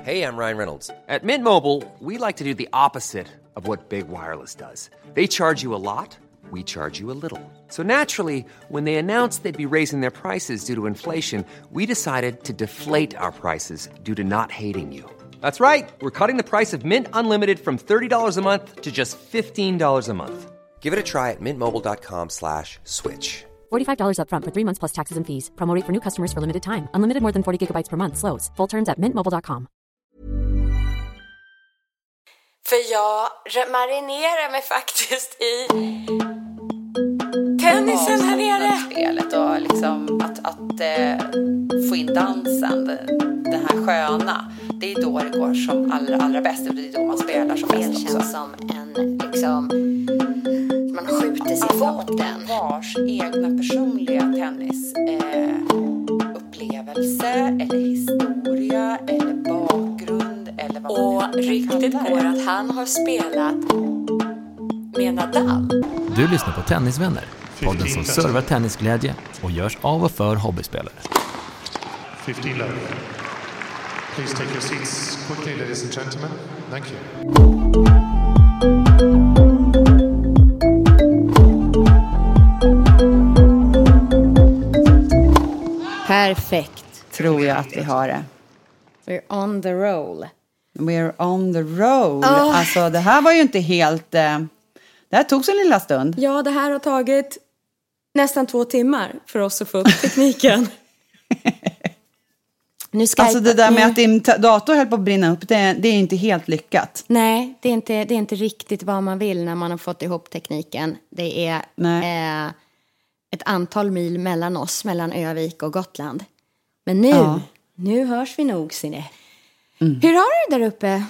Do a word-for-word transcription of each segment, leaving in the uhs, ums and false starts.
Hey, I'm Ryan Reynolds. At Mint Mobile, we like to do the opposite of what Big Wireless does. They charge you a lot, we charge you a little. So naturally, when they announced they'd be raising their prices due to inflation, we decided to deflate our prices due to not hating you. That's right. We're cutting the price of Mint Unlimited from thirty dollars a month to just fifteen dollars a month. Give it a try at mintmobile.com slash switch. forty-five dollars up front for three months plus taxes and fees. Promo rate for new customers for limited time. Unlimited more than forty gigabytes per month. Slows full terms at mint mobile dot com. För jag marinerar mig faktiskt i tennisen här nere. Spelet och liksom att, att eh, få in dansen, det här sköna. Det är då det går som allra, allra bäst. Och det är då man spelar som bäst också. Det känns som en, liksom, man skjuter sig i foten. Vars egna personliga tennis eh, upplevelse eller historia eller bakgrund eller vad och man ryktet går att han har spelat med Nadal. Du lyssnar på Tennisvänner, podden som servar tennisglädje och görs av och för hobbyspelare. fifteen love. Please take your seats quickly, ladies and gentlemen. Thank you. Perfekt, tror jag att vi har det. We're on the roll. We're on the roll. Oh. Alltså det här var ju inte helt... Eh, det här tog sig en lilla stund. Ja, det här har tagit nästan två timmar för oss att få upp tekniken. Nu ska alltså det där med att din dator höll på att brinna upp, det, det är inte helt lyckat. Nej, det är, inte, det är inte riktigt vad man vill när man har fått ihop tekniken. Det är eh, ett antal mil mellan oss, mellan Övik och Gotland. Men nu, ja. nu hörs vi nog, Sine. Mm. Hur har du där uppe?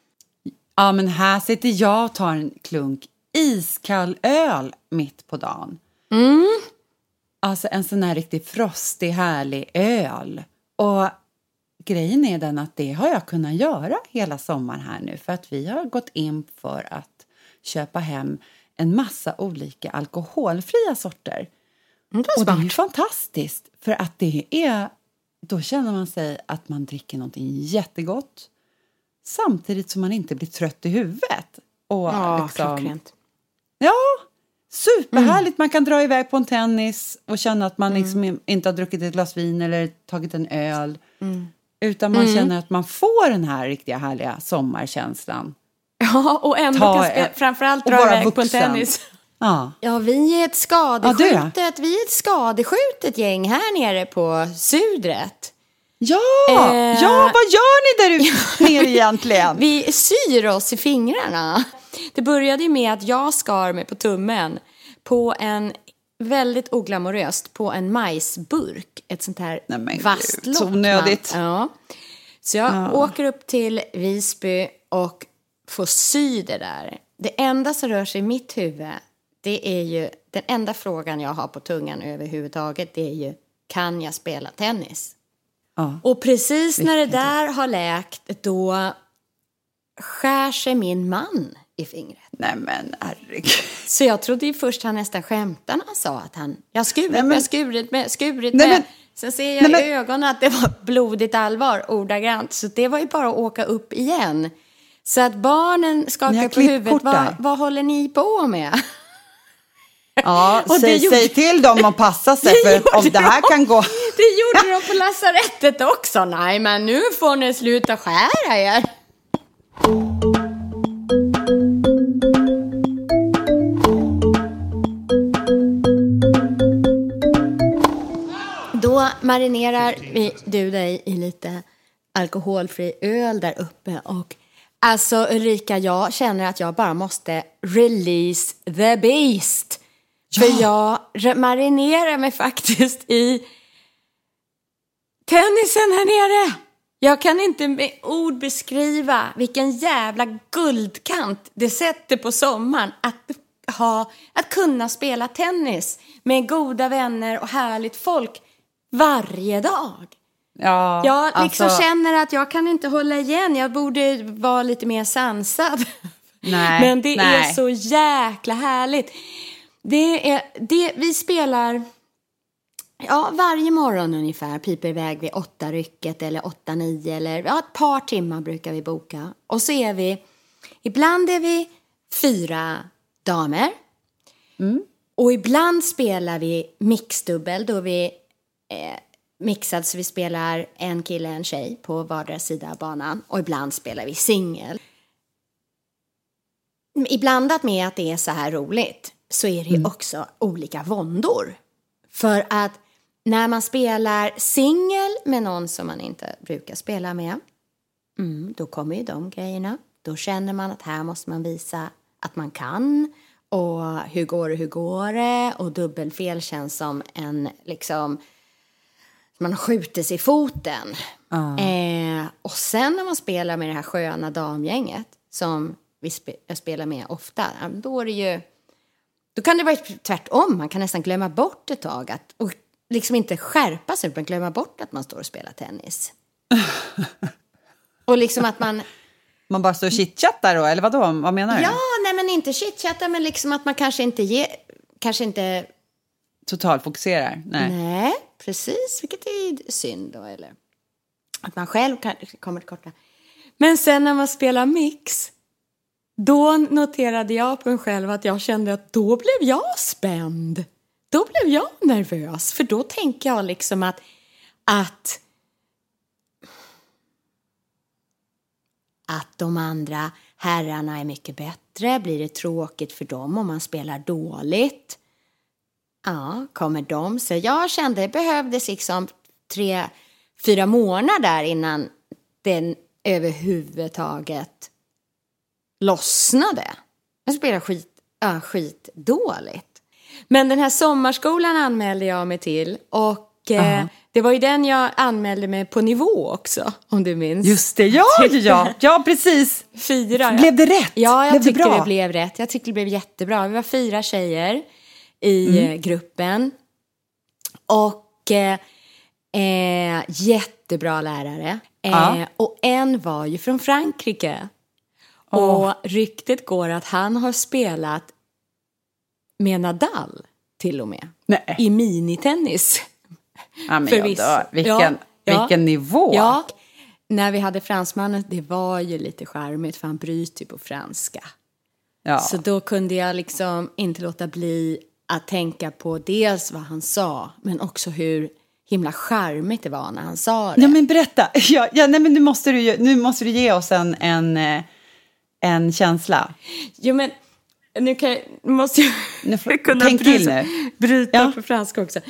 Ja, men här sitter jag och tar en klunk iskall öl mitt på dagen. Mm. Alltså en sån här riktigt frostig, härlig öl. Och grejen är den att det har jag kunnat göra hela sommaren här nu. För att vi har gått in för att köpa hem en massa olika alkoholfria sorter. Mm, det och det är ju fantastiskt. För att det är, då känner man sig att man dricker någonting jättegott. Samtidigt som man inte blir trött i huvudet. Och ja, liksom, klockrent. Ja, superhärligt. Mm. Man kan dra iväg på en tennis och känna att man liksom mm. inte har druckit ett glas vin eller tagit en öl. Mm. Utan man mm. känner att man får den här riktiga härliga sommarkänslan. Ja, och ändå Ta, kan spela, framförallt dra iväg vuxen. På en tennis. Ja. ja, vi är ett skadeskjutet, ja, vi är ett skadeskjutet gäng här nere på Sudret. Ja, eh, ja, vad gör ni där ute nere egentligen? Vi syr oss i fingrarna. Det började ju med att jag skar mig på tummen på en väldigt oglamoröst på en majsburk, ett sånt här vasst lock. Så nödigt. Ja. Så jag ja. åker upp till Visby och får sy det där. Det enda som rör sig i mitt huvud, det är ju den enda frågan jag har på tungan överhuvudtaget, det är ju, kan jag spela tennis? Ja. Och precis när det där har läkt, då skär sig min man i fingret. Nej men herregud. Så jag trodde ju först han nästan skämtade när han sa att han, jag skurit nej, men, med, skurit med, skurit nej, med. Men, Sen ser jag nej, i men, ögonen att det var blodigt allvar, ordagrant. Så det var ju bara att åka upp igen. Så att barnen skakar på huvudet, vad, vad håller ni på med? Ja, säg, gjorde, säg till dem att passa sig för om det här de, kan gå. Det gjorde de på lasarettet också. Nej, men nu får ni sluta skära er. Då marinerar vi, du dig i lite alkoholfri öl där uppe. Och alltså Ulrika, jag känner att jag bara måste release the beast. Ja. För jag marinerar mig faktiskt i tennisen här nere. Jag kan inte med ord beskriva vilken jävla guldkant det sätter på sommaren att ha, att kunna spela tennis med goda vänner och härligt folk varje dag. Ja, jag liksom alltså, känner att jag kan inte hålla igen. Jag borde vara lite mer sansad. Nej, men det nej. är så jäkla härligt. Det är, det, vi spelar ja, varje morgon ungefär piper iväg vid åtta rycket eller åtta, nio eller ja, ett par timmar brukar vi boka. Och så är vi, ibland är vi fyra damer. Mm. Och ibland spelar vi mixdubbel då vi eh, mixad så vi spelar en kille och en tjej på vardera sida av banan. Och ibland spelar vi singel. Iblandat med att det är så här roligt så är det ju mm. också olika våndor. För att när man spelar singel med någon som man inte brukar spela med, mm, då kommer ju de grejerna. Då känner man att här måste man visa att man kan. Och hur går det, hur går det? Och dubbelfel känns som en, liksom, man skjuter sig i foten. Uh. Eh, och sen när man spelar med det här sköna damgänget som vi spe- jag spelar med ofta, då är det ju, då kan det vara tvärtom. Man kan nästan glömma bort ett tag att, och liksom inte skärpa sig, utan glömma bort att man står och spelar tennis. Och liksom att man... Man bara står och chitchattar då, eller vadå? Vad menar du? Ja, nej men inte chitchattar, men liksom att man kanske inte ger, kanske inte... Totalfokuserar, nej. Nej, precis, vilket är synd då, eller... Att man själv kan, kommer till korta. Men sen när man spelar mix, då noterade jag på mig själv att jag kände att då blev jag spänd. Då blev jag nervös, för då tänker jag liksom att... att Att de andra herrarna är mycket bättre. Blir det tråkigt för dem om man spelar dåligt? Ja, kommer de? Så jag kände det behövdes liksom tre, fyra månader innan den överhuvudtaget lossnade. Jag spelade skit, ja, skit dåligt. Men den här sommarskolan anmälde jag mig till och... Uh-huh. Det var ju den jag anmälde mig på nivå också, om du minns. Just det, ja, ja, ja, precis. Fyra. Blev det rätt? Ja, jag blev tyckte det, det blev rätt. Jag tyckte det blev jättebra. Vi var fyra tjejer i mm. gruppen. Och eh, jättebra lärare. Eh, ja. Och en var ju från Frankrike. Oh. Och ryktet går att han har spelat med Nadal till och med. Nej. I minitennis. Ja, men jag dör. Vilken, ja, vilken ja, nivå. Ja, när vi hade fransmannen, det var ju lite charmigt för han bryter på franska. Ja. Så då kunde jag liksom inte låta bli att tänka på dels vad han sa, men också hur himla charmigt det var när han sa det. Ja, men berätta. Ja, ja, nej, men nu måste du, nu måste du ge oss en, en, en känsla. Jo, men nu kan jag, måste jag nu får, kunna tänk bryta, till nu. bryta ja. på franska också.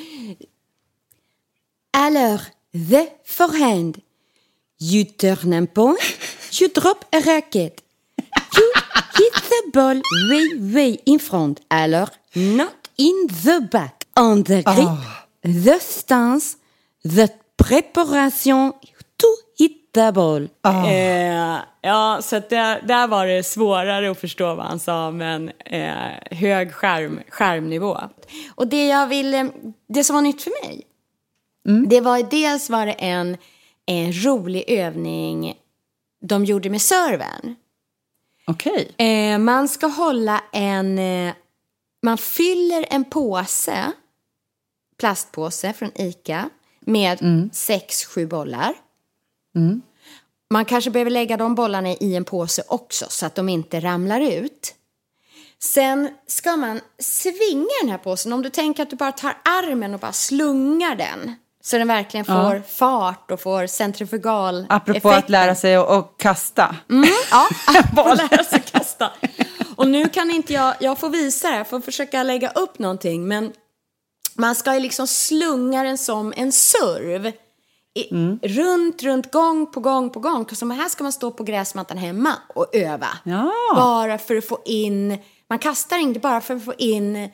Alors, the forehand. You turn a point, you drop a racket. You hit the ball way, way in front. Alors, not in the back. On the grip, oh. the stance, the preparation to hit the ball. Oh. Eh, ja, så att där, där var det svårare att förstå vad han sa, men eh, hög skärm, skärmnivå. Och det jag ville, det som var nytt för mig, mm. det var dels var det en, en rolig övning de gjorde med serven. Okej. Okay. Eh, man ska hålla en... Eh, man fyller en påse, plastpåse från Ica, med mm. sex, sju bollar. Mm. Man kanske behöver lägga de bollarna i en påse också, så att de inte ramlar ut. Sen ska man svinga den här påsen. Om du tänker att du bara tar armen och bara slungar den, så den verkligen får ja. fart och får centrifugal Apropå effekt. Att lära sig att, att kasta. Mm, ja, att lära sig att kasta. Och nu kan inte jag, jag får visa det, jag får försöka lägga upp någonting. Men man ska ju liksom slunga den som en serv. I, mm. Runt, runt, gång på gång på gång. Så här ska man stå på gräsmattan hemma och öva. Ja. Bara för att få in, man kastar inte bara för att få in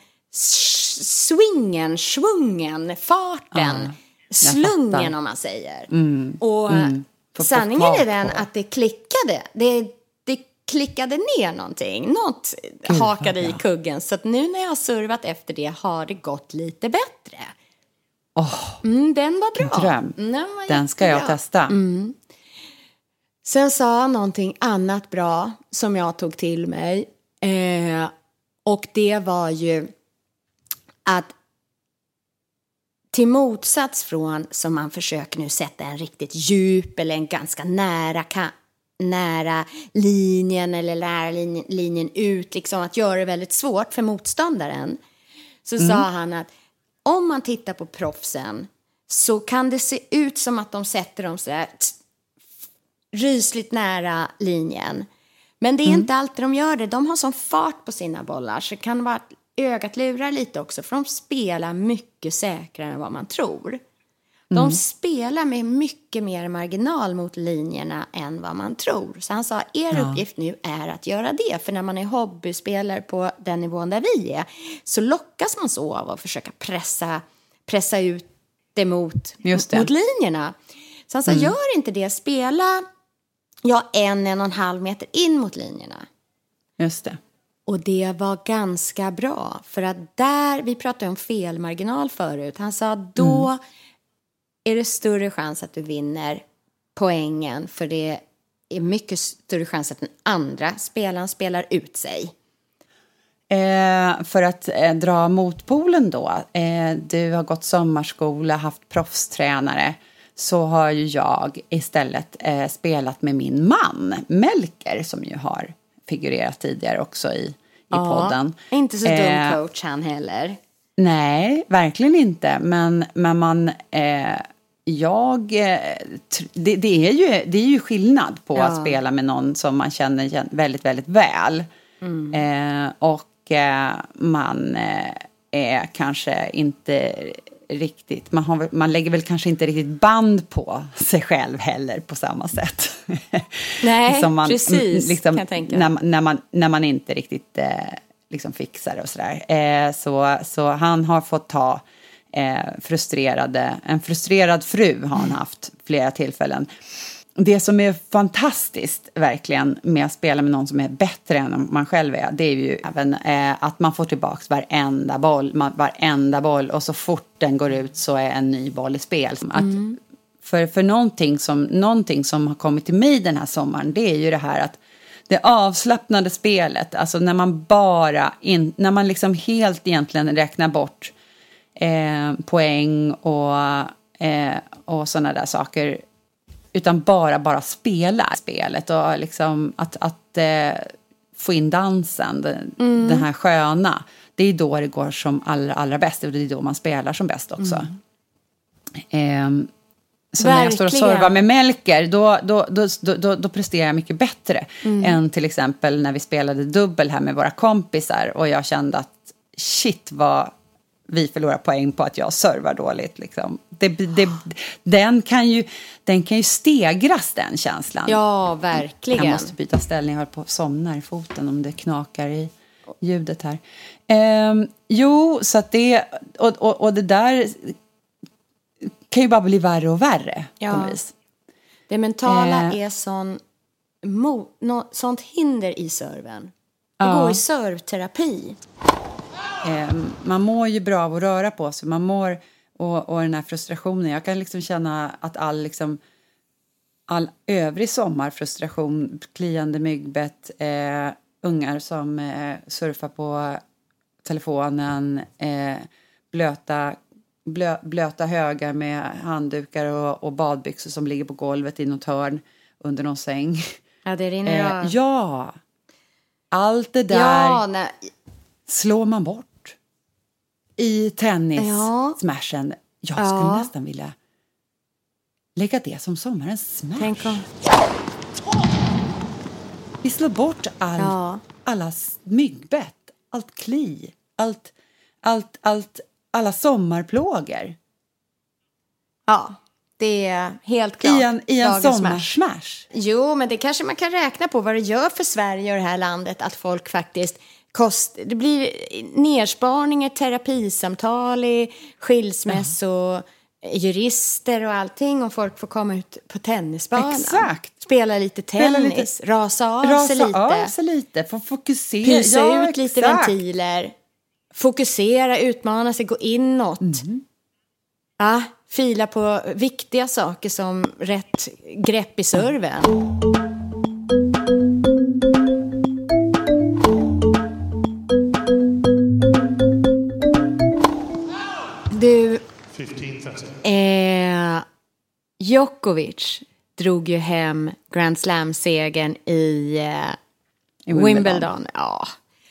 swingen, svungen, farten. Ja. Slungen om man säger. Mm. Och mm. sanningen är den att det klickade. Det, det klickade ner någonting. Något Gud, hakade ja. i kuggen. Så att nu när jag har servat efter det har det gått lite bättre. Oh, mm, den var bra. Dröm. Den, var den ska jag testa. Mm. Sen sa han någonting annat bra som jag tog till mig. Eh, och det var ju att till motsats från som man försöker nu sätta en riktigt djup eller en ganska nära, ka- nära linjen eller nära linjen, linjen ut. Liksom att göra det väldigt svårt för motståndaren. Så mm. sa han att om man tittar på proffsen så kan det se ut som att de sätter dem så där rysligt nära linjen. Men det är mm. inte alltid de gör det. De har sån fart på sina bollar så det kan vara att ögat lurar lite också. För de spelar mycket säkrare än vad man tror. De mm. spelar med mycket mer marginal mot linjerna än vad man tror. Så han sa, er ja. uppgift nu är att göra det. För när man är hobbyspelare på den nivån där vi är så lockas man så av att försöka pressa, pressa ut det mot, Just det. mot linjerna. Så han sa, mm. gör inte det. Spela ja, en, en och en halv meter in mot linjerna. Just det. Och det var ganska bra. För att där, vi pratade om felmarginal förut. Han sa, då mm. är det större chans att du vinner poängen. För det är mycket större chans att den andra spelaren spelar ut sig. Eh, för att eh, dra motpolen då. Eh, du har gått sommarskola, haft proffstränare. Så har ju jag istället eh, spelat med min man, Melker, som ju har figurerat tidigare också i, i ja, podden. Inte så dum eh, coach han heller. Nej, verkligen inte. Men, men man... Eh, jag... Eh, det, det, är ju, det är ju skillnad på ja. att spela med någon som man känner väldigt, väldigt väl. Mm. Eh, och eh, man eh, är kanske inte... riktigt, man, har, man lägger väl kanske inte riktigt band på sig själv heller på samma sätt. Nej, som man, precis liksom, kan jag tänka. När, när, man, när man inte riktigt eh, liksom fixar och sådär. Eh, så, så han har fått ta eh, frustrerade, en frustrerad fru har han haft flera tillfällen. Det som är fantastiskt verkligen med att spela med någon som är bättre än man själv är, det är ju även eh, att man får tillbaka varenda boll, man, varenda boll och så fort den går ut så är en ny boll i spel. Att, mm. För, för någonting, som, någonting som har kommit till mig den här sommaren, det är ju det här att det avslappnade spelet, alltså när man bara, in, när man liksom helt egentligen räknar bort eh, poäng och, eh, och sådana där saker, utan bara, bara spela spelet och liksom att, att eh, få in dansen, den, mm. den här sköna. Det är då det går som allra, allra bäst och det är då man spelar som bäst också. Mm. Eh, så Verkligen. När jag står och servar med Melker, då, då, då, då, då, då presterar jag mycket bättre mm. än till exempel när vi spelade dubbel här med våra kompisar och jag kände att shit vad vi förlorar poäng på att jag servar dåligt. Liksom. Det, det, den, kan ju, den kan ju stegras, den känslan. Ja, verkligen. Jag måste byta ställning, jag håller på att somna i foten om det knakar i ljudet här. Um, jo, så att det, och, och, och det där kan ju bara bli värre och värre. Ja. På något vis. Det mentala uh, är sån, mo, no, sånt hinder i serven. Att uh. gå i servterapi. Eh, man mår ju bra av att röra på sig. Man mår, och, och den här frustrationen. Jag kan liksom känna att all, liksom, all övrig sommarfrustration, kliande myggbett, eh, ungar som eh, surfar på telefonen, eh, blöta, blö, blöta högar med handdukar och, och badbyxor som ligger på golvet i något hörn under någon säng. Ja, det rinner eh, Ja, allt det där... Ja, nej. Slår man bort i tennis-smashen. Ja. Jag skulle ja. nästan vilja lägga det som sommarens smash. Tänk om... Vi slår bort all, ja. alla myggbett, allt kli, allt, allt, allt, alla sommarplågor. Ja, det är helt klart. I en, i en sommarsmash. Jo, men det kanske man kan räkna på vad det gör för Sverige och det här landet att folk faktiskt... Kost, det blir nersparningar, terapisamtal, skilsmässor, jurister och allting. Och folk får komma ut på tennisbanan. Exakt. Spela lite tennis, Spela lite, rasa av rasa sig lite. Rasa av sig lite, få fokusera. Pysa ja, ut exakt. lite ventiler. Fokusera, utmana sig, gå inåt. Mm. Ja, fila på viktiga saker som rätt grepp i serven. Du, Djokovic drog ju hem Grand Slam-segern i, eh, I Wimbledon. Wimbledon. Ja.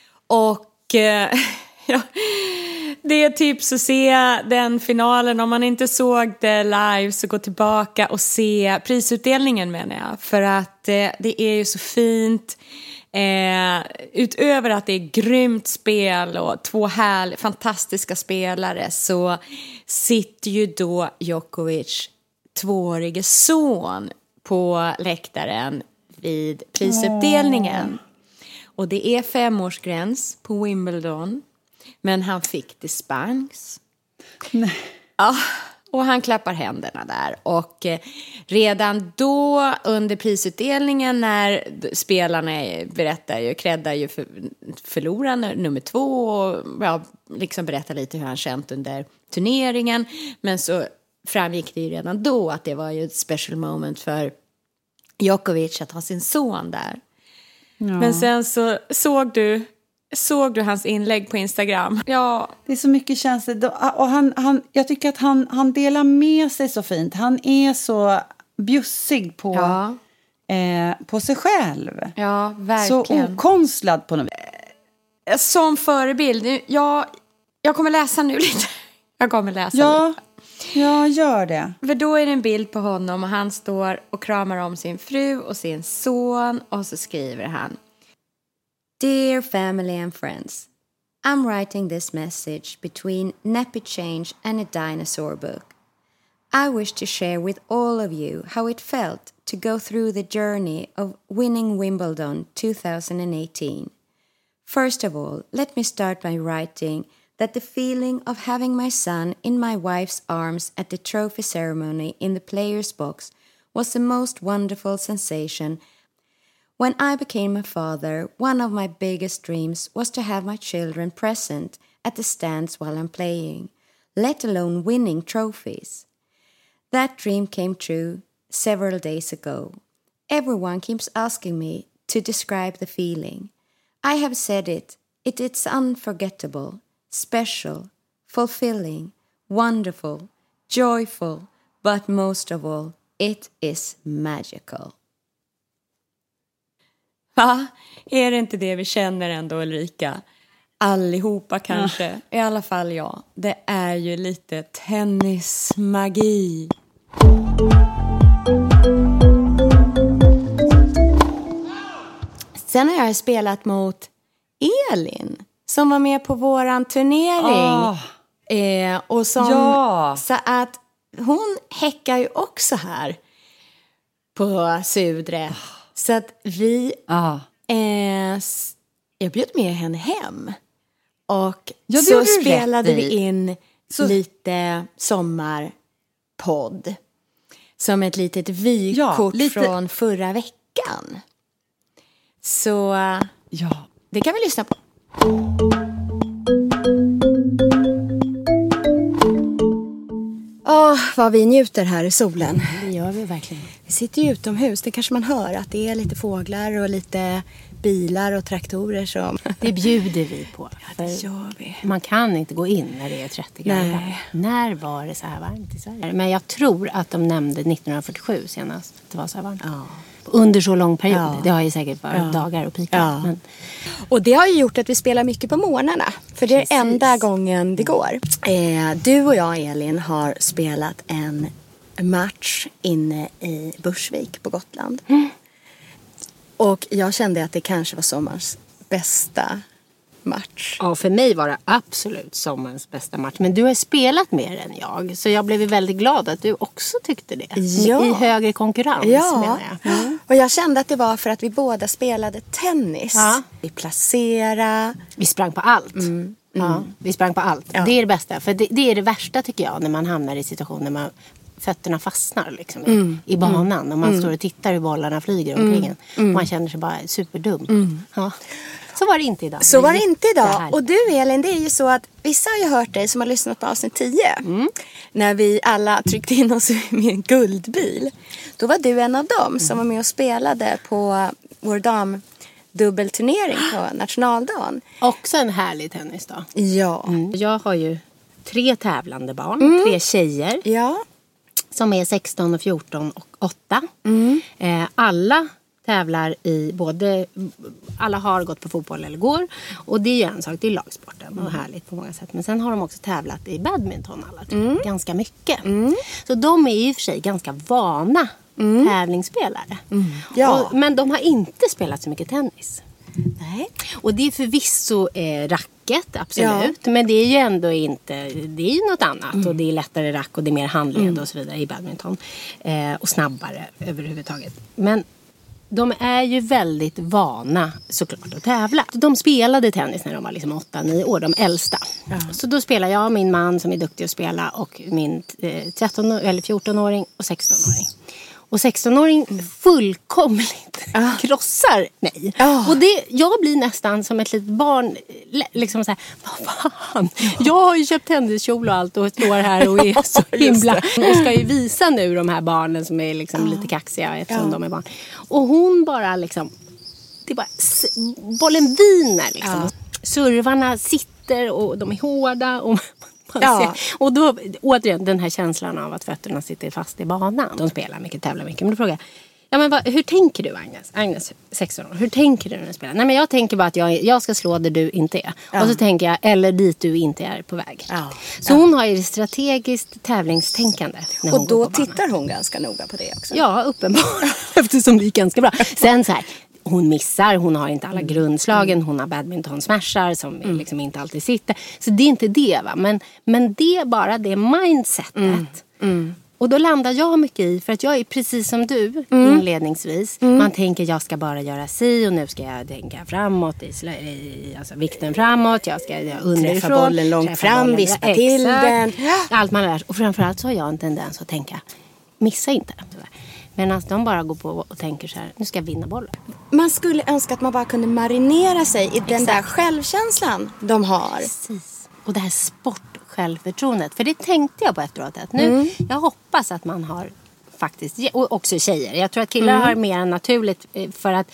Och eh, ja, det är tips att se den finalen. Om man inte såg det live så gå tillbaka och se prisutdelningen, menar jag. För att eh, det är ju så fint. Eh, utöver att det är grymt spel och två härliga, fantastiska spelare, så sitter ju då Djokovic tvåårige son på läktaren vid prisutdelningen. Oh. Och det är femårsgräns på Wimbledon. Men han fick dispens. Nej. Ja, och han klappar händerna där. Och eh, redan då under prisutdelningen, när spelarna berättar ju, creddar ju för, förloraren nummer två och ja, liksom berättar lite hur han känt under turneringen. Men så framgick det ju redan då att det var ju ett special moment för Djokovic att ha sin son där. Ja. Men sen så såg du såg du hans inlägg på Instagram. Ja, det är så mycket känslor. Och han, han, jag tycker att han, han delar med sig så fint. Han är så bjussig på, ja. eh, på sig själv. Ja, verkligen. Så okonstlad på något. Som förebild. Jag, jag kommer läsa nu lite. Jag kommer läsa ja. lite. Ja, gör det. För då är det en bild på honom och han står och kramar om sin fru och sin son. Och så skriver han: Dear family and friends, I'm writing this message between nappy change and a dinosaur book. I wish to share with all of you how it felt to go through the journey of winning Wimbledon twenty eighteen. First of all, let me start by writing that the feeling of having my son in my wife's arms at the trophy ceremony in the player's box was the most wonderful sensation. When I became a father, one of my biggest dreams was to have my children present at the stands while I'm playing, let alone winning trophies. That dream came true several days ago. Everyone keeps asking me to describe the feeling. I have said it. It is unforgettable, special, fulfilling, wonderful, joyful, but most of all, it is magical. Va? Är det inte det vi känner ändå, Ulrika? Allihopa kanske. Ja. I alla fall jag. Det är ju lite tennismagi. Sen har jag spelat mot Elin, som var med på våran turnering. Oh. Eh, och som, ja. Så att hon häckar ju också här på Sudre. Oh. Så att vi... Ah. Eh, jag bjöd med henne hem. Och ja, så spelade vi i. in så... lite sommarpodd. Som ett litet vykort ja, lite... från förra veckan. Så ja. Det kan vi lyssna på. Åh, oh, vad vi njuter här i solen. Det gör vi verkligen. Vi sitter ju utomhus. Det kanske man hör att det är lite fåglar och lite bilar och traktorer som... Det bjuder vi på. Ja, det gör vi. Man kan inte gå in när det är trettio grader. När var det så här varmt i Sverige? Men jag tror att de nämnde nittonhundrafyrtiosju senast att det var så här varmt. Ja. Under så lång period. Ja. Det har ju säkert varit ja. dagar och pikar. Ja. Men... Och det har ju gjort att vi spelar mycket på morgnarna. För det är Precis. enda gången det går. Eh, du och jag, Elin, har spelat en match inne i Bursvik på Gotland. Mm. Och jag kände att det kanske var sommarens bästa match. Ja, för mig var det absolut sommarens bästa match. Men du har spelat mer än jag. Så jag blev väldigt glad att du också tyckte det. Ja. I högre konkurrens, ja. menar jag. Mm. Och jag kände att det var för att vi båda spelade tennis. Ja. Vi placerade. Vi sprang på allt. Mm. Mm. Ja, vi sprang på allt. Ja. Det är det bästa. För det, det är det värsta, tycker jag, när man hamnar i situationer när man... fötterna fastnar liksom mm. i banan mm. och man mm. står och tittar hur bollarna flyger omkring en. Mm. Man känner sig bara superdum. Mm. Ja. Så var det inte idag. Så var det inte idag. Och du, Elin, det är ju så att vissa har ju hört dig som har lyssnat på avsnitt tio. Mm. När vi alla tryckte in oss med en guldbil. Då var du en av dem mm. som var med och spelade på vår dam dubbelturnering på nationaldagen. Också en härlig tennisdag. Ja. Mm. Jag har ju tre tävlande barn. Mm. Tre tjejer. Ja. som är sexton och fjorton och åtta. Mm. Eh, alla tävlar i både, alla har gått på fotboll eller går. Och det är ju en sak, det är lagsporten och härligt på många sätt. Men sen har de också tävlat i badminton alla tre, mm. ganska mycket. Mm. Så de är ju i och för sig ganska vana mm. tävlingsspelare. Mm. Ja. Och, men de har inte spelat så mycket tennis. Nej. Och det är förvisso eh, racket, absolut. Ja. Men det är ju ändå inte, det är ju något annat. Mm. Och det är lättare rack och det är mer handled mm. och så vidare i badminton. Eh, och snabbare överhuvudtaget. Men de är ju väldigt vana såklart att tävla. De spelade tennis när de var liksom åtta nio år, de äldsta. Ja. Så då spelar jag, min man som är duktig att spela och min eh, tretton eller fjorton-åring och sexton-åring. Och sexton-åring fullkomligt ah. krossar mig. Ah. Och det, jag blir nästan som ett litet barn. Liksom så här, vad fan? Jag har ju köpt tenniskjol och allt och står här och är så himla. Och ska ju visa nu de här barnen som är liksom ah. lite kaxiga eftersom ah. de är barn. Och hon bara liksom, det är bara, bollen viner liksom. Ah. Servarna sitter och de är hårda och... Ja. Och då, återigen, den här känslan av att fötterna sitter fast i banan. De spelar mycket, tävlar mycket. Men då frågar jag, ja, men vad, hur tänker du Agnes? Agnes, sexton år. Hur tänker du när du spelar? Nej, men jag tänker bara att jag, jag ska slå där du inte är. Ja. Och så tänker jag, eller dit du inte är på väg. Ja. Så ja. hon har ju strategiskt tävlingstänkande. När hon och då går på tittar hon ganska noga på det också. Ja, uppenbarligen. Eftersom det gick ganska bra. Sen så här... Hon missar, hon har inte alla grundslagen, hon har badminton-smashar som mm. liksom inte alltid sitter. Så det är inte det va, men, men det är bara det mindsetet. Mm. Mm. Och då landar jag mycket i, för att jag är precis som du mm. inledningsvis. Mm. Man tänker jag ska bara göra si och nu ska jag tänka framåt, i, i, alltså vikten framåt, jag ska jag underifrån. Träffa bollen långt fram, vispa till den. Allt man lär. Och framförallt så har jag en tendens att tänka, missa inte. Medan de bara går på och tänker så här, nu ska jag vinna bollen. Man skulle önska att man bara kunde marinera sig i Exakt. den där självkänslan de har. Precis. Och det här sportsjälvförtroendet. För det tänkte jag på efteråt. Att nu, mm. jag hoppas att man har faktiskt, och också tjejer. Jag tror att killar mm. har mer än naturligt för att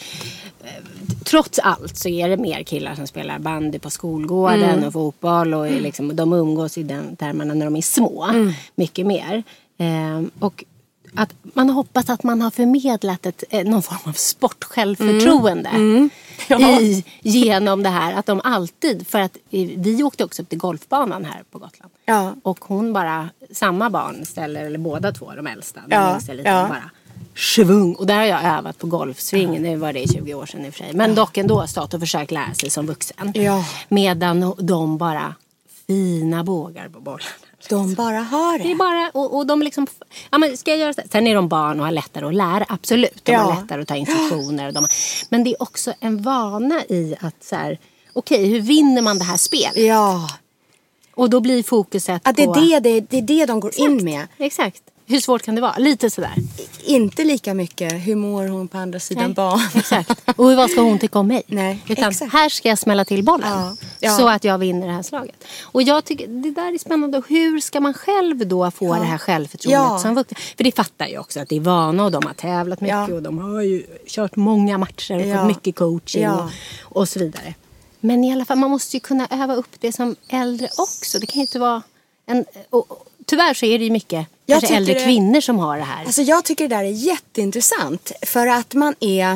trots allt så är det mer killar som spelar bandy på skolgården mm. och fotboll. Och liksom, de umgås i den termerna när de är små. Mm. Mycket mer. Ehm, och att man hoppas att man har förmedlat ett, någon form av sportsjälvförtroende mm. Mm. Ja. I, genom det här. Att de alltid, för att vi åkte också upp till golfbanan här på Gotland. Ja. Och hon bara, samma barn ställer, eller båda två, de äldsta, de ja. yngsta lite, ja. bara svung. Och där har jag övat på golfsvingen, nu var det tjugo år sedan i och för sig. Men ja. dock ändå stått och försökt lära sig som vuxen. Ja. Medan de bara fina bågar på bollen. De bara har det. Det är bara, och, och de liksom, ja men ska jag göra så? Sen är de barn och har lättare att lära, absolut. De ja. har lättare att ta instruktioner. Och de har, men det är också en vana i att så här, okej, okay, hur vinner man det här spelet? Ja. Och då blir fokuset att det på... är det, det, det är det de går Exakt. in med. Exakt. Hur svårt kan det vara? Lite sådär. Inte lika mycket. Hur mår hon på andra sidan Nej. barn? Exakt. Och vad ska hon tycka om mig? Nej. Utan Exakt. Här ska jag smälla till bollen. Ja. Ja. Så att jag vinner det här slaget. Och jag tycker det där är spännande. Hur ska man själv då få ja. det här självförtroendet ja. som vuxen? För det fattar jag också att det är vana och de har tävlat mycket. Ja. Och de har ju kört många matcher och ja. fått mycket coaching ja. och, och så vidare. Men i alla fall, man måste ju kunna öva upp det som äldre också. Det kan ju inte vara en... Och, och, tyvärr så är det ju mycket kanske äldre det, kvinnor som har det här. Alltså jag tycker det där är jätteintressant. För att man är...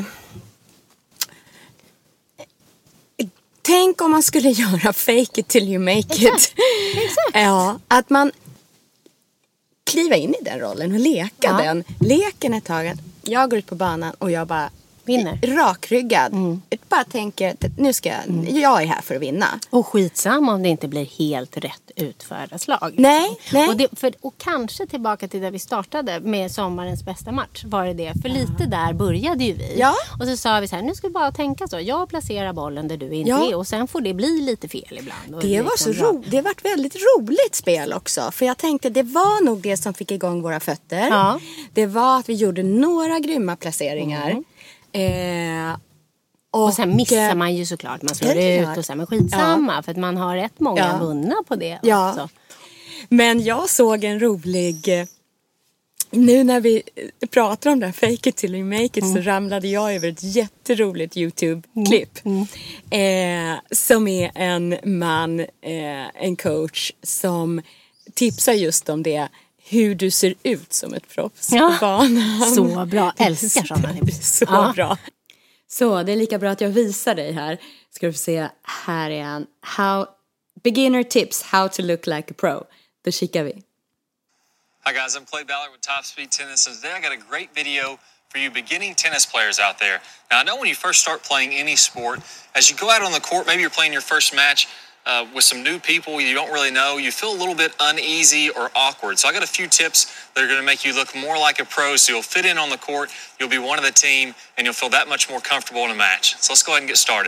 Tänk om man skulle göra fake it till you make it. Exakt. Exakt. Ja, att man kliva in i den rollen och leka ja. den. Leken ett tag. Jag går ut på banan och jag bara... Vinner. Rakryggad. Mm. Bara tänker att nu ska jag, mm. jag är här för att vinna. Och skitsam om det inte blir helt rätt utförda slag. Nej, nej. Och, det, för, och kanske tillbaka till där vi startade med sommarens bästa match. Var det det? För lite där började ju vi. Ja. Och så sa vi så här, nu ska vi bara tänka så. Jag placerar bollen där du inte ja. är. Och sen får det bli lite fel ibland. Och det var så roligt. Det var ett väldigt roligt spel också. För jag tänkte, det var nog det som fick igång våra fötter. Ja. Det var att vi gjorde några grymma placeringar. Mm. Eh, och, och sen missar man ju såklart. Man slår ut och sen, men skitsamma. Ja. För att man har rätt många ja. vunna på det ja. också. Men jag såg en rolig... Nu när vi pratar om det här fake it till you make it mm. så ramlade jag över ett jätteroligt YouTube-klipp. Mm. Mm. Eh, som är en man, eh, en coach som tipsar just om det. hur du ser ut som ett proffs Ja. på banan. Så bra, älskar sådana tips. Så Ja. bra. Så det är lika bra att jag visar dig här. Ska du få se, här är han. How, beginner tips, how to look like a pro. Då kikar vi. Hi guys, I'm Clay Ballard with Top Speed Tennis, and today I got a great video for you beginning tennis players out there. Now I know when you first start playing any sport, as you go out on the court, maybe you're playing your first match uh, with some new people you don't really know, you feel a little bit uneasy or awkward. So I got a few tips that are going to make you look more like a pro, so you'll fit in on the court, you'll be one of the team, and you'll feel that much more comfortable in a match. So let's go ahead and get started.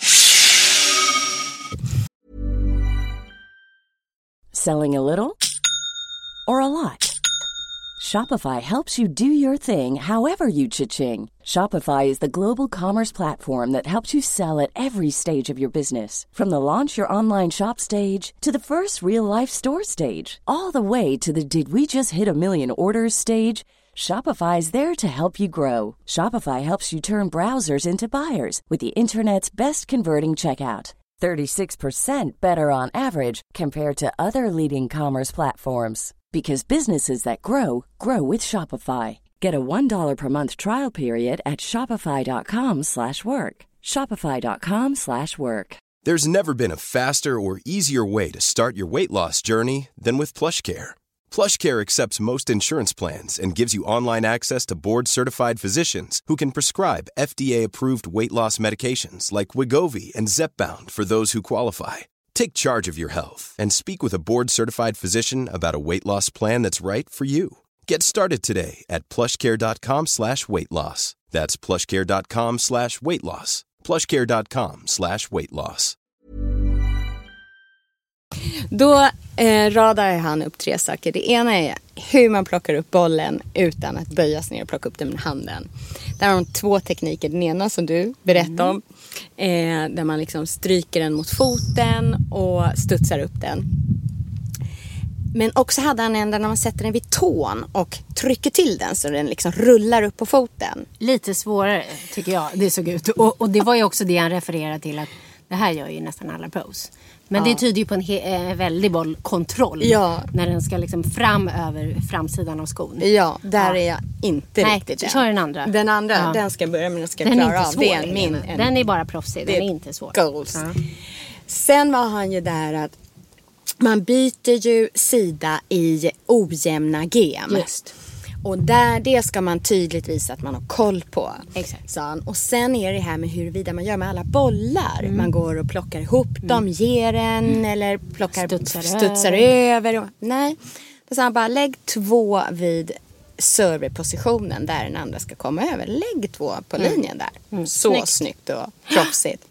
Selling a little or a lot? Shopify helps you do your thing however you cha-ching. Shopify is the global commerce platform that helps you sell at every stage of your business. From the launch your online shop stage to the first real-life store stage, all the way to the did we just hit a million orders stage. Shopify is there to help you grow. Shopify helps you turn browsers into buyers with the internet's best converting checkout. thirty-six percent better on average compared to other leading commerce platforms. Because businesses that grow, grow with Shopify. Get a one dollar per month trial period at shopify.com slash work. Shopify.com slash work. There's never been a faster or easier way to start your weight loss journey than with PlushCare. PlushCare accepts most insurance plans and gives you online access to board-certified physicians who can prescribe F D A-approved weight loss medications like Wegovy and Zepbound for those who qualify. Take charge of your health and speak with a board-certified physician about a weight loss plan that's right for you. Get started today at plushcare.com slash weight loss. That's plushcare.com slash weight loss. plushcare.com slash weight loss. Då eh, radar han upp tre saker. Det ena är hur man plockar upp bollen utan att böjas ner och plocka upp den med handen. Där har de två tekniker. Den ena som du berättade om. Eh, där man liksom stryker den mot foten och studsar upp den. Men också hade han en där när man sätter den vid tån och trycker till den så den liksom rullar upp på foten. Lite svårare tycker jag det såg ut. Och, och det var ju också det han refererade till, att det här gör ju nästan alla pros. Men ja. Det tyder ju på en he- eh, väldig bollkontroll. Ja. När den ska liksom fram över framsidan av skon. Ja, där ja. är jag inte Nej, riktigt. Nej, kör den andra. Den andra, ja. den ska börja men den ska den klara är inte av. svår, Det är min, en, den är bara proffsig, den är inte svår. Goals. Ja. Sen var han ju där att man byter ju sida i ojämna gem. Just. Och där, det ska man tydligt visa att man har koll på. Exakt. Så han. Och sen är det här med huruvida man gör med alla bollar. Mm. Man går och plockar ihop mm. dem, ger en mm. eller plockar, studsar, studsar över. över. Nej, då sa han bara lägg två vid serverpositionen där den andra ska komma över. Lägg två på mm. linjen där. Mm. Så snyggt, snyggt och proffsigt.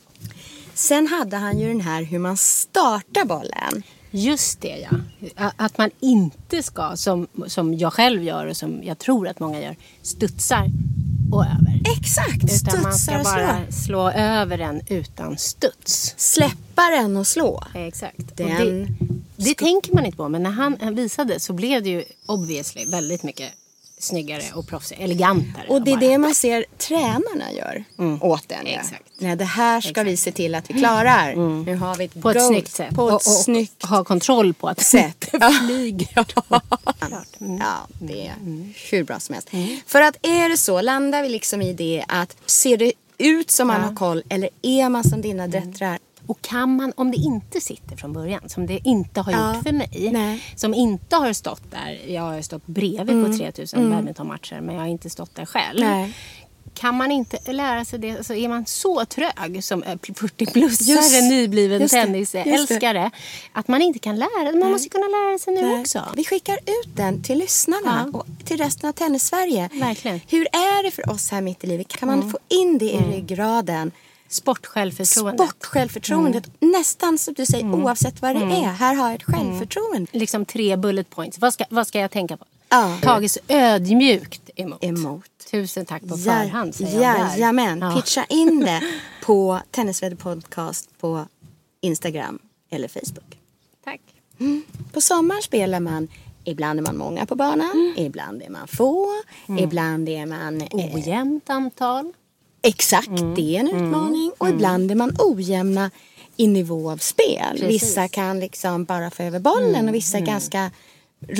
Sen hade han ju den här hur man startar bollen. Just det, ja. Att man inte ska, som, som jag själv gör och som jag tror att många gör, studsar och över. Exakt, utan studsar man ska och bara slå över den utan studs. Släppa den och slå. Exakt. Den... Och det, det tänker man inte på, men när han visade så blev det ju obviously väldigt mycket snyggare och proffsig, elegantare. Och det är bara. det man ser tränarna gör mm. åt den. Ja. Exakt. Nej, det här ska Exakt. vi se till att vi klarar. Mm. Nu har vi ett på ett goal. snyggt sätt. På ett och, och, snyggt ha kontroll på att sätt. flyga. Ja. Mm. Ja, det är mm. hur bra som helst. Mm. För att är det så, landar vi liksom i det att ser det ut som man ja. har koll eller är man som dina döttrar? Mm. Och kan man, om det inte sitter från början, som det inte har ja. gjort för mig, Nej. som inte har stått där, jag har stått bredvid mm. på tre tusen mm. badmintonmatcher, men jag har inte stått där själv. Nej. Kan man inte lära sig det, så är man så trög som fyrtio-plussare, nybliven tennisälskare, att man inte kan lära det. Man måste kunna lära sig nu Nej. också. Vi skickar ut den till lyssnarna ja. och till resten av Tennis-Sverige. Verkligen. Hur är det för oss här mitt i livet? Kan man mm. få in det i mm. ryggraden? Sportsjälvförtroendet. Sportsjälvförtroendet. Mm. Nästan som du säger, mm. oavsett vad det mm. är. Här har jag ett självförtroende. Mm. Liksom tre bullet points. Vad ska, vad ska jag tänka på? Ah. Tages ödmjukt emot. emot. Tusen tack på förhand, ja, säger jag där. Jajamän. Ja. Pitcha in det på Tennisvärld Podcast på Instagram eller Facebook. Tack. Mm. På sommaren spelar man, ibland är man många på banan, mm. ibland är man få, mm. ibland är man... Eh, ojämnt antal. Exakt, mm. det är en utmaning. Mm. Och ibland är man ojämna i nivå av spel. Precis. Vissa kan liksom bara få över bollen mm. och vissa är mm. ganska rutta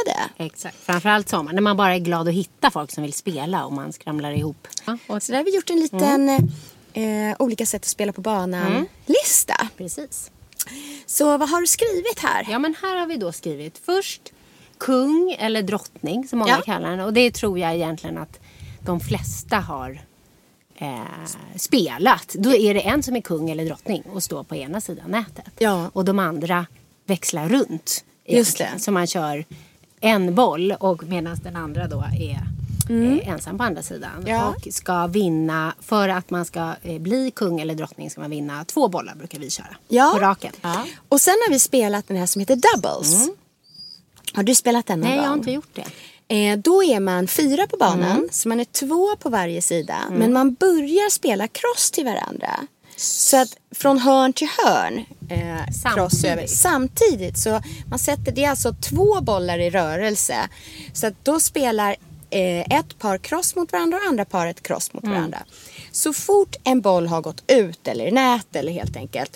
det. Exakt, framförallt sommar. När man bara är glad att hitta folk som vill spela och man skramlar ihop. Ja, och så där har vi gjort en liten mm. eh, olika sätt att spela på banan-lista. Mm. Precis. Så vad har du skrivit här? Ja, men här har vi då skrivit först kung eller drottning som många ja. kallar den. Och det tror jag egentligen att de flesta har eh, spelat. Då är det en som är kung eller drottning och står på ena sidan nätet. Ja. Och de andra växlar runt. Just det. Så man kör en boll och medan den andra då är mm. eh, ensam på andra sidan. Ja. Och ska vinna, för att man ska eh, bli kung eller drottning ska man vinna två bollar brukar vi köra. Ja. På raken. Ja. Och sen har vi spelat den här som heter Doubles. Mm. Har du spelat den någon Nej, gång? jag har inte gjort det. Eh, då är man fyra på banan, mm. så man är två på varje sida. Mm. Men man börjar spela cross till varandra. Så att från hörn till hörn eh, cross över. Samtidigt. Så man sätter, det är alltså två bollar i rörelse. Så att då spelar eh, ett par cross mot varandra och andra par ett cross mot mm. varandra. Så fort en boll har gått ut eller i nät eller helt enkelt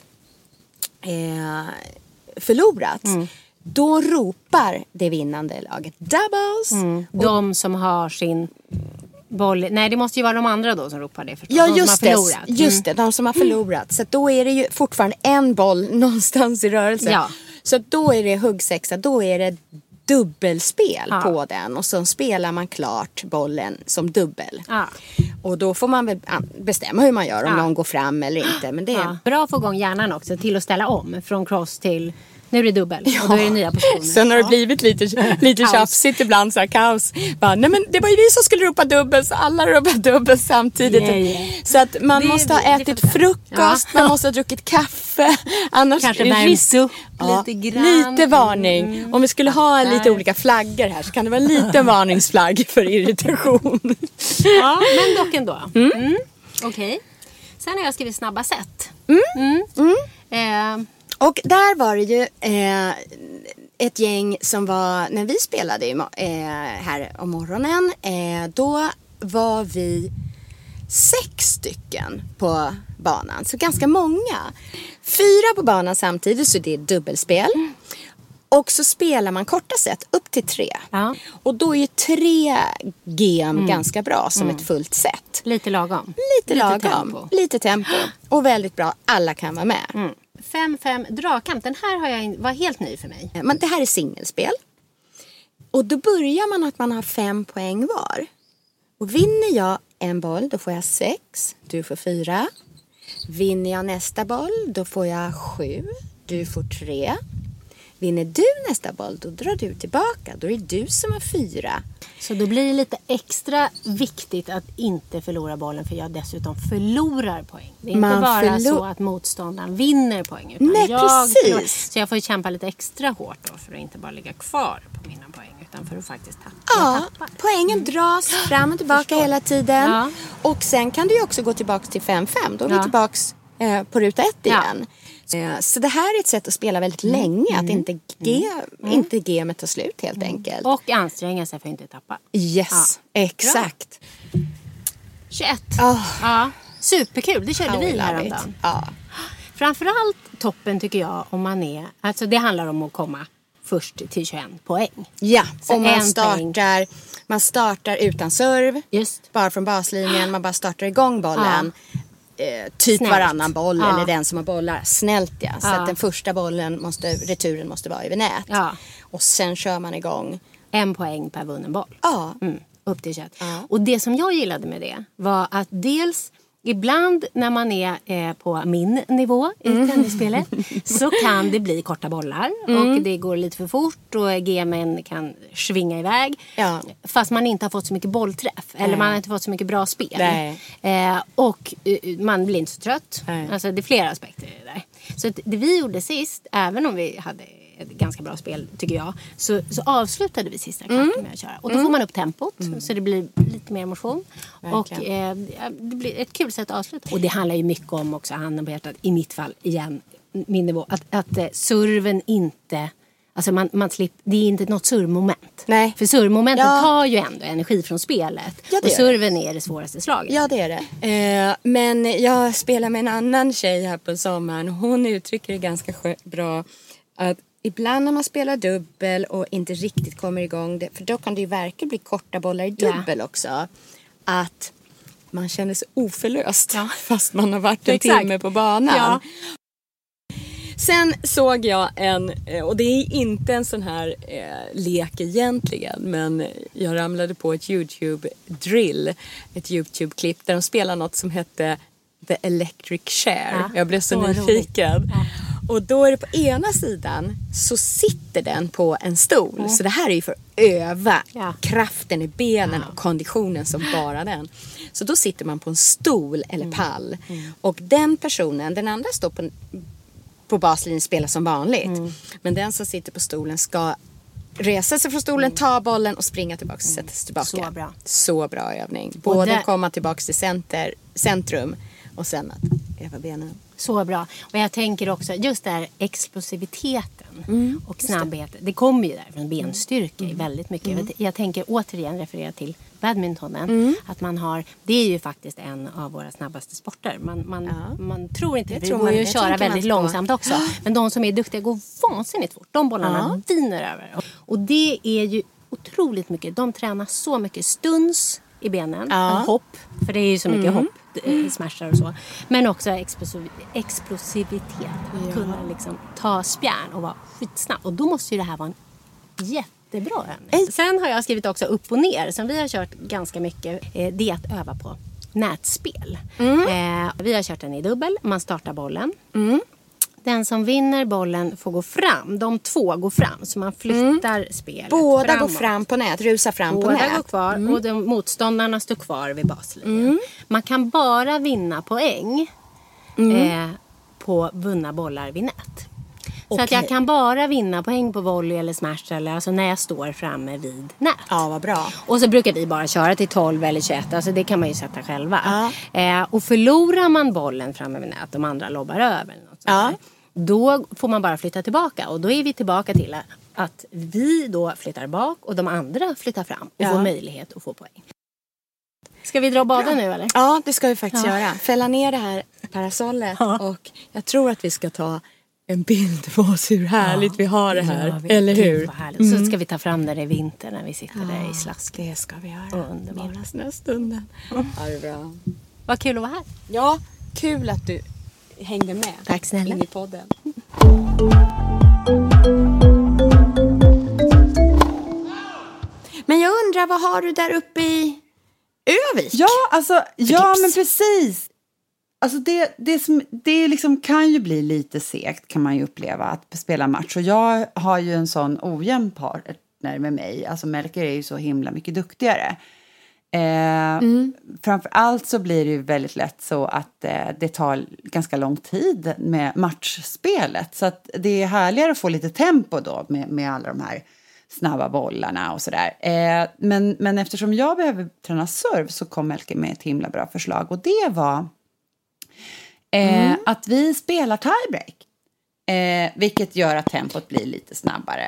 eh, förlorat. Mm. Då ropar det vinnande laget doubles. Mm. De som har sin boll. Nej, det måste ju vara de andra då som ropar det. Förstås. Ja, de just som har förlorat. det. Just det, de som har förlorat. Så då är det ju fortfarande en boll någonstans i rörelse. Ja. Så då är det huggsexa. Då är det dubbelspel ja. på den. Och så spelar man klart bollen som dubbel. Ja. Och då får man väl bestämma hur man gör. Om ja. någon går fram eller inte. Men det är... ja. Bra att få igång hjärnan också till att ställa om. Från cross till... Nu är det dubbel. Ja. Och då är det nya positioner. Sen har det blivit lite, lite tjafsigt ibland. Så här, kaos. Bara, nej men det var ju vi som skulle ropa dubbel. Så alla ropar dubbel samtidigt. Yeah, yeah. Så att man det, måste ha ätit det, frukost. Ja. Man måste ha druckit kaffe. Annars kanske värms upp ja, lite grann. Lite varning. Mm. Om vi skulle ha Där. lite olika flaggor här. Så kan det vara en liten varningsflagg för irritation. Ja, men dock ändå. Mm. Mm. Okej. Okay. Sen har jag skrivit snabba sätt. Mm. Mm. Mm. Eh. Och där var det ju eh, ett gäng som var, när vi spelade eh, här om morgonen, eh, då var vi sex stycken på banan. Så ganska många. Fyra på banan samtidigt, så det är dubbelspel. Mm. Och så spelar man korta set upp till tre. Ja. Och då är ju tre gem mm. ganska bra som mm. ett fullt set. Lite lagom. Lite, Lite lagom. Tempo. Lite tempo. Och väldigt bra. Alla kan vara med. Mm. fem fem dragkamp. Den här har jag var helt ny för mig. Men det här är singelspel. Och då börjar man att man har fem poäng var. Och vinner jag en boll, då får jag sex. Du får fyra. Vinner jag nästa boll, då får jag sju. Du får tre. Vinner du nästa boll, då drar du tillbaka. Då är det du som har fyra. Så då blir det lite extra viktigt att inte förlora bollen, för jag dessutom förlorar poäng. Det är inte Man bara förlor- så att motståndaren vinner poäng. Utan Nej, jag precis. Förlorar. Så jag får kämpa lite extra hårt då för att inte bara ligga kvar på mina poäng, utan för att faktiskt tappa. Ja, poängen mm. dras fram och tillbaka Förstår. hela tiden. Ja. Och sen kan du ju också gå tillbaka till fem fem. Då är ja. vi tillbaka eh, på ruta ett igen. Ja. Så det här är ett sätt att spela väldigt mm. länge. Att mm. inte, ge, mm. inte gamet tar slut helt mm. enkelt. Och anstränga sig för att inte tappa. Yes, ja. exakt. Bra. tjugoett. Oh. Ja, superkul, det körde oh, vi häromdagen. Ja. Framförallt toppen tycker jag om man är... Alltså det handlar om att komma först till tjugoett poäng. Ja, och man startar, man startar utan serv. Just. Bara från baslinjen, man bara startar igång bollen. Ja. Eh, typ Snällt. varannan boll ja. eller den som har bollar. Snällt ja. Så ja. att den första bollen måste, returen måste vara över nät. Ja. Och sen kör man igång. En poäng per vunnen boll. Ja. Mm. Upp till tjugoett. Ja. Och det som jag gillade med det var att dels ibland när man är eh, på min nivå i mm. tennisspelet så kan det bli korta bollar mm. och det går lite för fort och gamen kan svinga iväg. Ja. Fast man inte har fått så mycket bollträff Nej. eller man har inte fått så mycket bra spel. Eh, och eh, man blir inte så trött. Nej. Alltså det är flera aspekter i det där. Så att det vi gjorde sist, även om vi hade ett ganska bra spel tycker jag, så, så avslutade vi sista kvarten mm. med att köra. Och då får man upp tempot mm. så det blir lite mer emotion. Verkligen. Och eh, det blir ett kul sätt att avsluta. Och det handlar ju mycket om också, handen på hjärtat, i mitt fall igen, min nivå, att, att eh, serven inte, alltså man, man slipper, det är inte något surrmoment. Nej. För surrmomentet ja. tar ju ändå energi från spelet. Ja, och serven är det svåraste slaget. Ja, det är det. Eh, men jag spelar med en annan tjej här på sommaren. Hon uttrycker det ganska bra att ibland när man spelar dubbel och inte riktigt kommer igång, det, för då kan det ju verkligen bli korta bollar i dubbel yeah. också. Att man känner sig oförlöst ja. fast man har varit en Exakt. timme på banan. Ja. Sen såg jag en, och det är inte en sån här eh, lek egentligen, men jag ramlade på ett YouTube-drill, ett YouTube-klipp där de spelar något som hette The Electric Chair. Ja, jag blev så, så nyfiken. Ja. Och då är det på ena sidan så sitter den på en stol. Mm. Så det här är ju för att öva ja. kraften i benen ja. och konditionen som bara den. Så då sitter man på en stol eller pall. Mm. Mm. Och den personen, den andra står på, på baslinjen, spelar som vanligt. Mm. Men den som sitter på stolen ska resa sig från stolen, mm. ta bollen och springa tillbaka och sätta sig tillbaka. Så bra. Så bra övning. Både det... komma tillbaka till center, centrum och sen att öva benen. Så bra. Och jag tänker också just där explosiviteten mm, och snabbheten. Det. det kommer ju där från benstyrka mm. väldigt mycket. Mm. Jag tänker återigen referera till badmintonen. Mm. Att man har, det är ju faktiskt en av våra snabbaste sporter. Man, man, ja. man tror inte, det, det går ju att köra väldigt långsamt också. Men de som är duktiga går vansinnigt fort. De bollarna ja. viner över. Och det är ju otroligt mycket. De tränar så mycket stuns i benen. Ja. Hopp. För det är ju så mycket mm. hopp. Smärtar och så. Men också explosiv, explosivitet. Ja. Kunna liksom ta spjärn och vara skitsnabb. Och då måste ju det här vara en jättebra övning. Sen har jag skrivit också upp och ner. Som vi har kört ganska mycket. Eh, det är att öva på nätspel. Mm. Eh, vi har kört den i dubbel. Man startar bollen. Mm. Den som vinner bollen får gå fram. De två går fram. Så man flyttar mm. spelet. Båda framåt. går fram på nät. Rusar fram Båda på nät. Båda går kvar. Mm. Och de motståndarna står kvar vid baslinjen. Mm. Man kan bara vinna poäng. Mm. Eh, på vunna bollar vid nät. Så okay. att jag kan bara vinna poäng på volley eller smash. Eller, alltså när jag står framme vid nät. Ja, vad bra. Och så brukar vi bara köra till tolv eller tjugoett. Alltså det kan man ju sätta själva. Ja. Eh, och förlorar man bollen framme vid nät. De andra lobbar över. Eller något ja. Då får man bara flytta tillbaka. Och då är vi tillbaka till att vi då flyttar bak. Och de andra flyttar fram. Och ja. får möjlighet att få poäng. Ska vi dra och bada nu eller? Ja, det ska vi faktiskt ja. göra. Fälla ner det här parasollet. Ja. Och jag tror att vi ska ta en bild på oss hur härligt ja. vi har det här. Ja, vi, eller hur? Mm. Så ska vi ta fram det i vinter när vi sitter ja, där i slask. Det ska vi göra. Underbart. Minnas den här stunden. Mm. Ja, det är bra. Vad kul att vara här. Ja, kul att du hängde med. Tack snälla. In i podden. Men jag undrar, vad har du där uppe i Övik? Ja, alltså, ja men precis. Alltså det, det, som, det liksom kan ju bli lite segt kan man ju uppleva att spela match. Och jag har ju en sån ojämn partner med mig. Alltså Melker är ju så himla mycket duktigare. Eh, mm. Framförallt så blir det ju väldigt lätt så att eh, det tar ganska lång tid med matchspelet. Så att det är härligare att få lite tempo då med, med alla de här snabba bollarna och sådär. Eh, men, men eftersom jag behöver träna serve så kom Melker med ett himla bra förslag. Och det var eh, mm. att vi spelar tiebreak. Eh, vilket gör att tempot blir lite snabbare.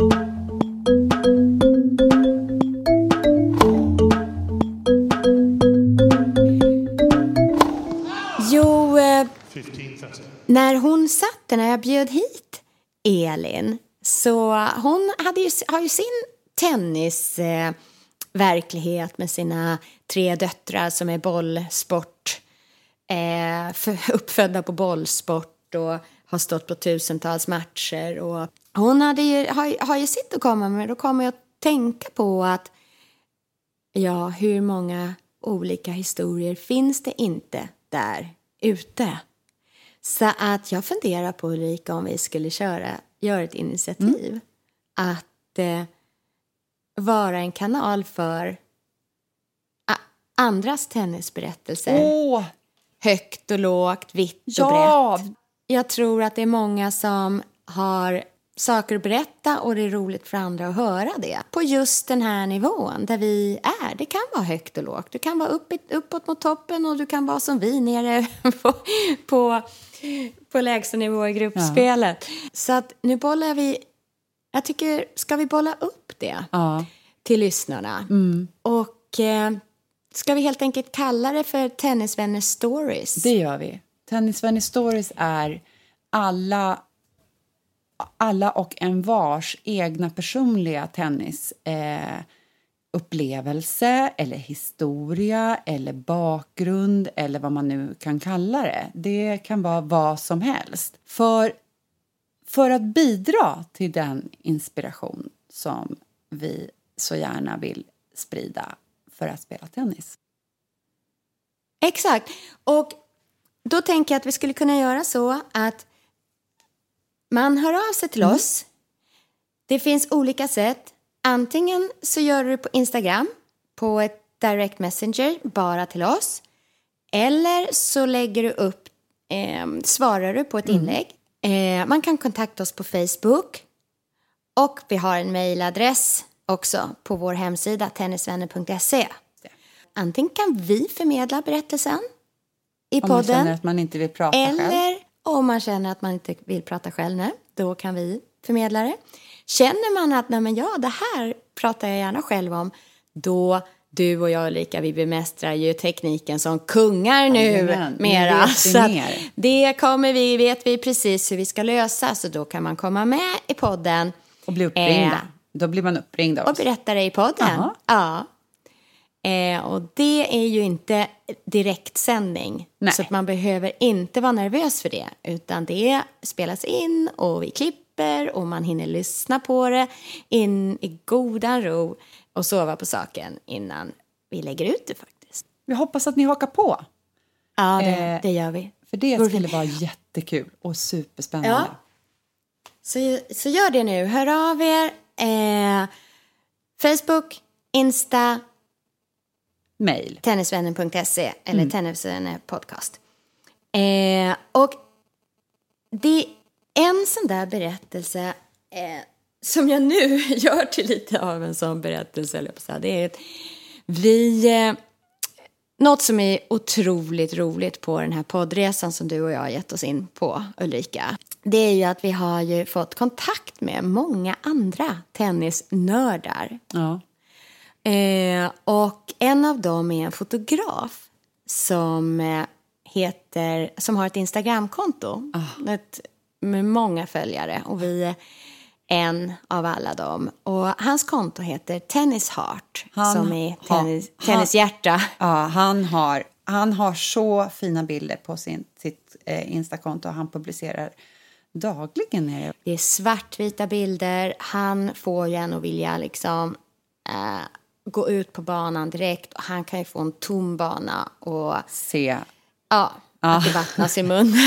Jo, eh, när hon satt, när jag bjöd hit Elin, så hon hade ju, har ju sin tennisverklighet eh, med sina tre döttrar som är bollsport, eh, för, uppfödda på bollsport och har stått på tusentals matcher. Och hon hade ju, har, har ju sitt att komma med. Då kommer jag att tänka på att ja, hur många olika historier finns det inte där ute. Så att jag funderar på, Ulrika, om vi skulle köra, göra ett initiativ. Mm. Att eh, vara en kanal för a- andras tennisberättelser. Åh! Högt och lågt, vitt ja. och brett. Jag tror att det är många som har saker att berätta och det är roligt för andra att höra det. På just den här nivån där vi är. Det kan vara högt och lågt. Du kan vara upp, uppåt mot toppen och du kan vara som vi nere på, på, på lägsta nivå i gruppspelet. Ja. Så att nu bollar vi, jag tycker, ska vi bolla upp det ja. till lyssnarna? Mm. Och eh, ska vi helt enkelt kalla det för Tennisvänner Stories? Det gör vi. Tennisvänner Stories är alla alla och en vars egna personliga tennis eh, upplevelse eller historia eller bakgrund eller vad man nu kan kalla det. Det kan vara vad som helst. För, för att bidra till den inspiration som vi så gärna vill sprida för att spela tennis. Exakt. Och då tänker jag att vi skulle kunna göra så att man hör av sig till mm. oss. Det finns olika sätt. Antingen så gör du det på Instagram, på ett direct messenger, bara till oss. Eller så lägger du upp, eh, svarar du på ett mm. inlägg. Eh, man kan kontakta oss på Facebook. Och vi har en mejladress också på vår hemsida, tennisvänner punkt se. Antingen kan vi förmedla berättelsen i podden. Om man känner att man inte vill prata eller själv. Eller om man känner att man inte vill prata själv nu, då kan vi förmedla det. Känner man att nej men ja, det här pratar jag gärna själv om, då du och jag Ulrika, vi bemästrar ju tekniken som kungar nu Amen. mera. Så det kommer vi, vet vi precis hur vi ska lösa, så då kan man komma med i podden. Och bli uppringda. Eh, då blir man uppringd av oss. Och berätta det i podden. Aha. Ja. Eh, och det är ju inte direktsändning. Nej. Så att man behöver inte vara nervös för det. Utan det spelas in och vi klipper och man hinner lyssna på det in i goda ro och sova på saken innan vi lägger ut det faktiskt. Vi hoppas att ni hakar på. Ja, det, eh, det gör vi. För det skulle vara jättekul och superspännande. Ja. Så, så gör det nu. Hör av er. Eh, Facebook, Insta, mail. tennisvänner punkt se eller mm. Tennisvänner podcast. Eh, och det är en sån där berättelse eh, som jag nu gör till lite av en sån berättelse. Eller på så här. Det är ett, vi, eh, något som är otroligt roligt på den här poddresan som du och jag har gett oss in på, Ulrika. Det är ju att vi har ju fått kontakt med många andra tennisnördar. Ja. Eh, och en av dem är en fotograf som eh, heter, som har ett Instagramkonto oh. ett, med många följare, och vi är en av alla dem. Och hans konto heter Tennis Heart, han, som är tennis, ha, tennishjärta. Han, ja, han har, han har så fina bilder på sin, sitt eh, Instakonto, och han publicerar dagligen. Är det. det är svartvita bilder. Han får ju en att vilja liksom eh, gå ut på banan direkt, och han kan ju få en tom bana och se ja, ah. att det vattnas i munnen.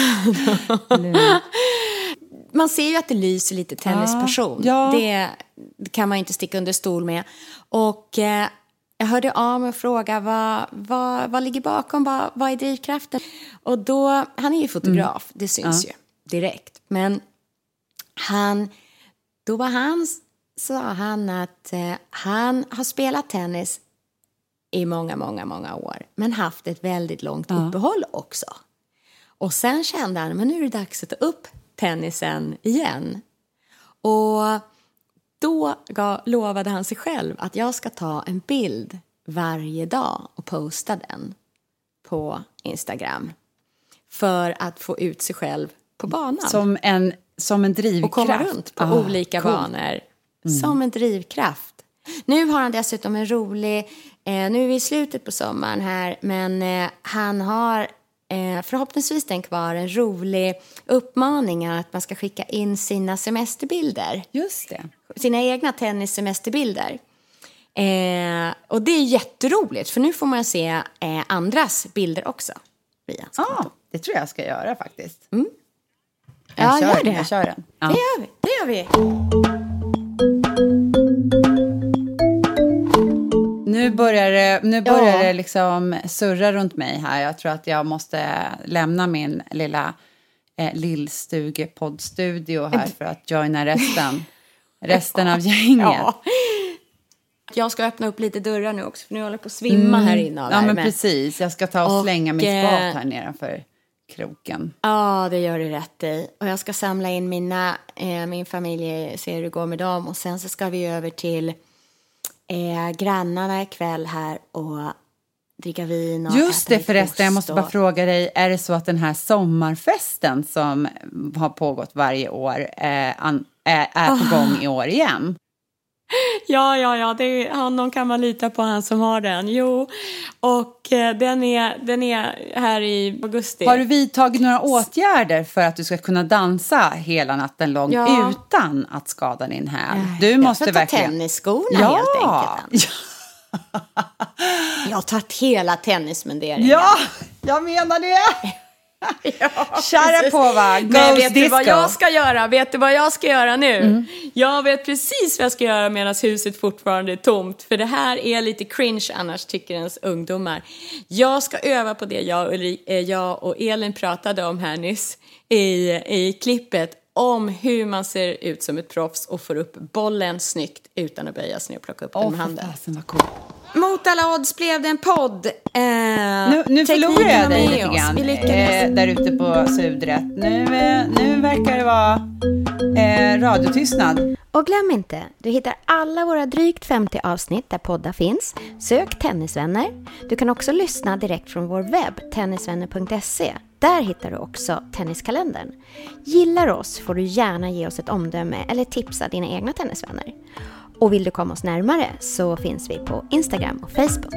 Man ser ju att det lyser lite tennispassion. Ja. Det, det kan man ju inte sticka under stol med. Och eh, jag hörde av mig och fråga vad, vad, vad ligger bakom, vad, vad är drivkraften? Och då, han är ju fotograf, mm. det syns ja. ju direkt. Men han, då var han, sa han att eh, han har spelat tennis i många, många, många år. Men haft ett väldigt långt ja. uppehåll också. Och sen kände han, men nu är det dags att ta upp tennisen igen. Och då gav, lovade han sig själv att jag ska ta en bild varje dag och posta den på Instagram. För att få ut sig själv på banan. Som en, som en drivkraft. Och komma runt på ah, olika cool. banor. Mm. Som en drivkraft. Nu har han dessutom en rolig, eh, nu är vi i slutet på sommaren här, men eh, han har eh, förhoppningsvis den kvar en rolig uppmaning att man ska skicka in sina semesterbilder. Just det. Sina egna tennissemesterbilder. Eh, och det är jätteroligt, för nu får man se eh, andras bilder också. Ja, ah, det tror jag ska göra faktiskt. Mm. Jag ja, kör, gör det. Jag kör den. Ja. Det gör vi, det gör vi. Nu börjar det, nu börjar ja. det liksom surra runt mig här. Jag tror att jag måste lämna min lilla eh, lillstugepoddstudio här för att joina resten, resten av gänget. Ja. Jag ska öppna upp lite dörrar nu också, för nu håller jag på att svimma mm. här inne. Ja, men precis. Jag ska ta och, och slänga mitt spat här nedanför kroken. Ja, det gör du rätt i. Och jag ska samla in mina, eh, min familj, se hur det går med dem. Och sen så ska vi över till eh, grannarna ikväll här och dricka vin och Just äta det förresten, jag måste bara och... fråga dig, är det så att den här sommarfesten som har pågått varje år eh, an, är, är på oh. gång i år igen? Ja, ja, ja, det är, honom kan man lita på, han som har den. Jo, och eh, den, är, den är här i augusti. Har du vidtagit några åtgärder för att du ska kunna dansa hela natten lång ja. utan att skada din häl? Du måste jag får verkligen... ta tennisskorna ja. helt enkelt. Jag har tagit hela tennismunderingen. Ja, jag menar det. Ja, kära på va, men vet disco. Du vad jag ska göra? Vet du vad jag ska göra nu? Mm. Jag vet precis vad jag ska göra medan huset fortfarande är tomt. För det här är lite cringe annars, tycker ens ungdomar. Jag ska öva på det jag och, jag och Elin pratade om här nyss i, i klippet. Om hur man ser ut som ett proffs och får upp bollen snyggt utan att böja sig och plocka upp den med handen. Fasen, vad cool. Mot alla odds blev det en podd. Eh, nu nu förlorar jag dig lite grann eh, där ute på Sudret. Nu, eh, nu verkar det vara eh, radiotystnad. Och glöm inte, du hittar alla våra drygt femtio avsnitt där poddar finns. Sök Tennisvänner. Du kan också lyssna direkt från vår webb, tennisvänner punkt se. Där hittar du också tenniskalendern. Gillar oss får du gärna ge oss ett omdöme eller tipsa dina egna tennisvänner. Och vill du komma oss närmare så finns vi på Instagram och Facebook.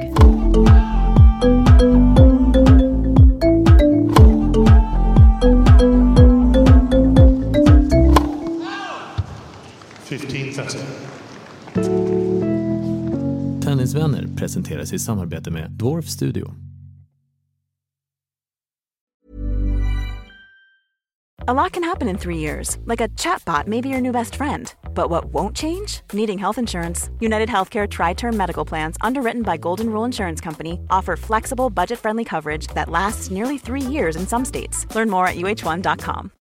fifteen thirty. Tennisvänner presenteras i samarbete med Dwarf Studio. A lot can happen in three years, like a chatbot may be your new best friend. But what won't change? Needing health insurance. United Healthcare Tri-Term Medical Plans, underwritten by Golden Rule Insurance Company, offer flexible, budget-friendly coverage that lasts nearly three years in some states. Learn more at U H one dot com.